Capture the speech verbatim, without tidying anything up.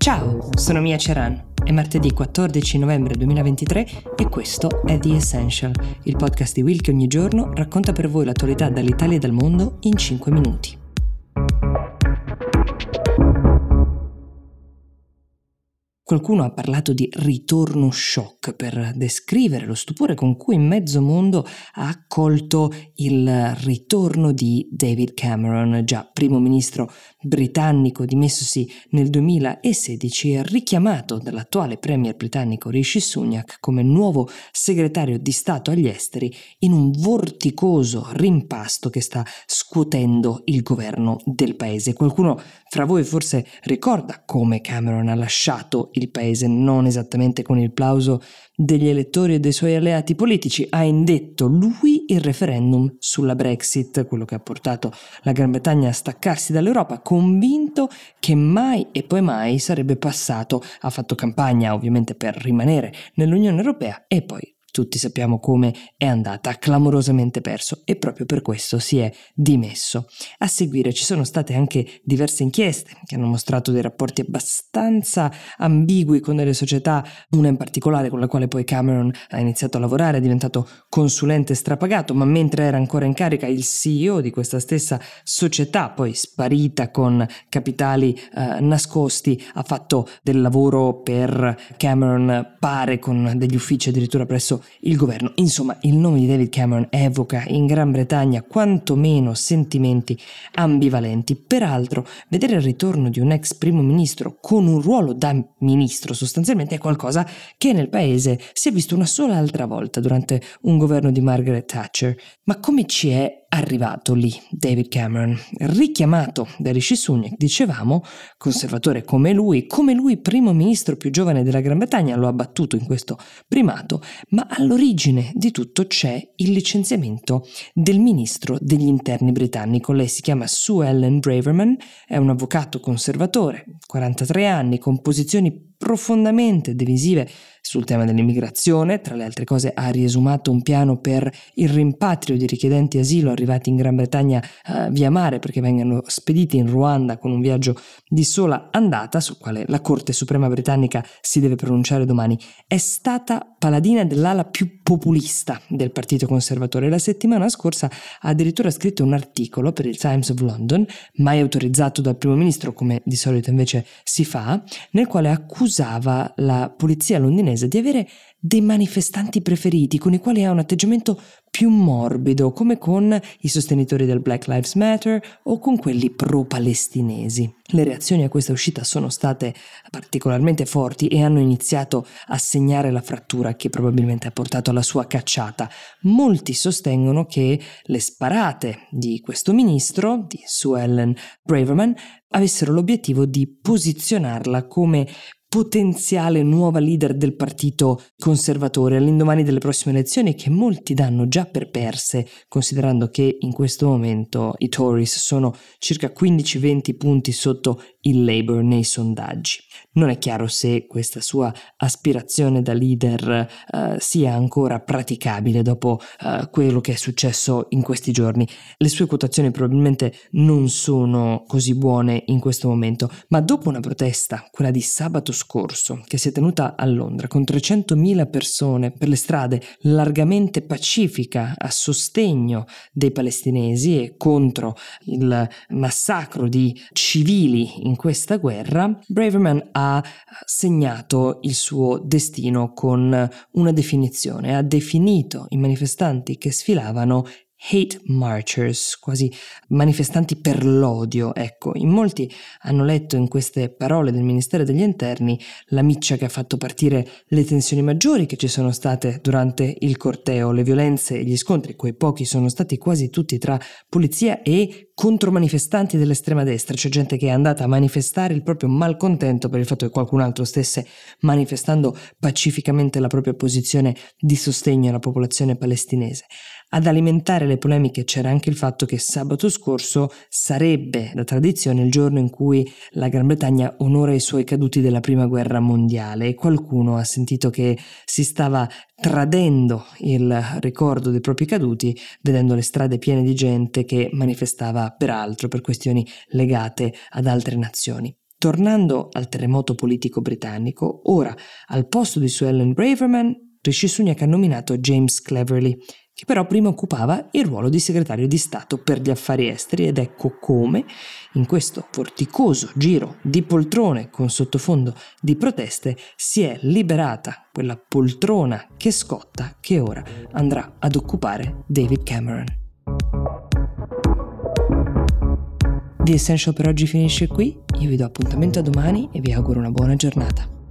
Ciao, sono Mia Ceran. È martedì quattordici novembre duemilaventitré e questo è The Essential, il podcast di Will che ogni giorno racconta per voi l'attualità dall'Italia e dal mondo in cinque minuti. Qualcuno ha parlato di ritorno shock per descrivere lo stupore con cui mezzo mondo ha accolto il ritorno di David Cameron, già primo ministro britannico dimessosi nel duemilasedici e richiamato dall'attuale premier britannico Rishi Sunak come nuovo segretario di Stato agli esteri in un vorticoso rimpasto che sta scuotendo il governo del paese. Qualcuno fra voi forse ricorda come Cameron ha lasciato il paese non esattamente con il plauso degli elettori e dei suoi alleati politici. Ha indetto lui il referendum sulla Brexit, quello che ha portato la Gran Bretagna a staccarsi dall'Europa, convinto che mai e poi mai sarebbe passato. Ha fatto campagna ovviamente per rimanere nell'Unione Europea e poi tutti sappiamo come è andata, ha clamorosamente perso e proprio per questo si è dimesso. A seguire ci sono state anche diverse inchieste che hanno mostrato dei rapporti abbastanza ambigui con delle società, una in particolare con la quale poi Cameron ha iniziato a lavorare, è diventato consulente strapagato, ma mentre era ancora in carica il C E O di questa stessa società, poi sparita con capitali eh, nascosti, ha fatto del lavoro per Cameron, pare con degli uffici addirittura presso il governo. Insomma, il nome di David Cameron evoca in Gran Bretagna quantomeno sentimenti ambivalenti. Peraltro, vedere il ritorno di un ex primo ministro con un ruolo da ministro sostanzialmente è qualcosa che nel paese si è visto una sola altra volta durante un governo di Margaret Thatcher. Ma come ci è arrivato lì David Cameron? Richiamato da Rishi Sunak, dicevamo, conservatore come lui, come lui primo ministro più giovane della Gran Bretagna, lo ha battuto in questo primato, ma all'origine di tutto c'è il licenziamento del ministro degli interni britannico. Lei si chiama Sue Ellen Braverman, è un avvocato conservatore, quarantatré anni, con posizioni profondamente divisive sul tema dell'immigrazione. Tra le altre cose ha riesumato un piano per il rimpatrio di richiedenti asilo arrivati in Gran Bretagna uh, via mare perché vengano spediti in Ruanda con un viaggio di sola andata, sul quale la Corte Suprema britannica si deve pronunciare domani. È stata paladina dell'ala più populista del Partito Conservatore. La settimana scorsa ha addirittura scritto un articolo per il Times of London, mai autorizzato dal primo ministro come di solito invece si fa, nel quale accusava la polizia londinese di avere dei manifestanti preferiti con i quali ha un atteggiamento più morbido, come con i sostenitori del Black Lives Matter o con quelli pro-palestinesi. Le reazioni a questa uscita sono state particolarmente forti e hanno iniziato a segnare la frattura che probabilmente ha portato alla sua cacciata. Molti sostengono che le sparate di questo ministro, di Sue Ellen Braverman, avessero l'obiettivo di posizionarla come potenziale nuova leader del partito conservatore all'indomani delle prossime elezioni, che molti danno già per perse, considerando che in questo momento i Tories sono circa quindici venti punti sotto il Labour nei sondaggi. Non è chiaro se questa sua aspirazione da leader uh, sia ancora praticabile dopo uh, quello che è successo in questi giorni. Le sue quotazioni probabilmente non sono così buone in questo momento, ma dopo una protesta, quella di sabato scorso, che si è tenuta a Londra con trecentomila persone per le strade, largamente pacifica a sostegno dei palestinesi e contro il massacro di civili in questa guerra, Braverman ha segnato il suo destino con una definizione. Ha definito i manifestanti che sfilavano hate marchers, quasi manifestanti per l'odio. Ecco, in molti hanno letto in queste parole del Ministero degli Interni la miccia che ha fatto partire le tensioni maggiori che ci sono state durante il corteo, le violenze e gli scontri, quei pochi sono stati quasi tutti tra polizia e contromanifestanti dell'estrema destra. C'è gente che è andata a manifestare il proprio malcontento per il fatto che qualcun altro stesse manifestando pacificamente la propria posizione di sostegno alla popolazione palestinese. Ad alimentare le polemiche c'era anche il fatto che sabato scorso sarebbe da tradizione il giorno in cui la Gran Bretagna onora i suoi caduti della prima guerra mondiale e qualcuno ha sentito che si stava tradendo il ricordo dei propri caduti vedendo le strade piene di gente che manifestava peraltro per questioni legate ad altre nazioni. Tornando al terremoto politico britannico, ora al posto di Sir Ellen Braverman, Rishi Sunak ha nominato James Cleverly, che però prima occupava il ruolo di segretario di Stato per gli affari esteri, ed ecco come, in questo vorticoso giro di poltrone con sottofondo di proteste, si è liberata quella poltrona che scotta che ora andrà ad occupare David Cameron. The Essential per oggi finisce qui, io vi do appuntamento a domani e vi auguro una buona giornata.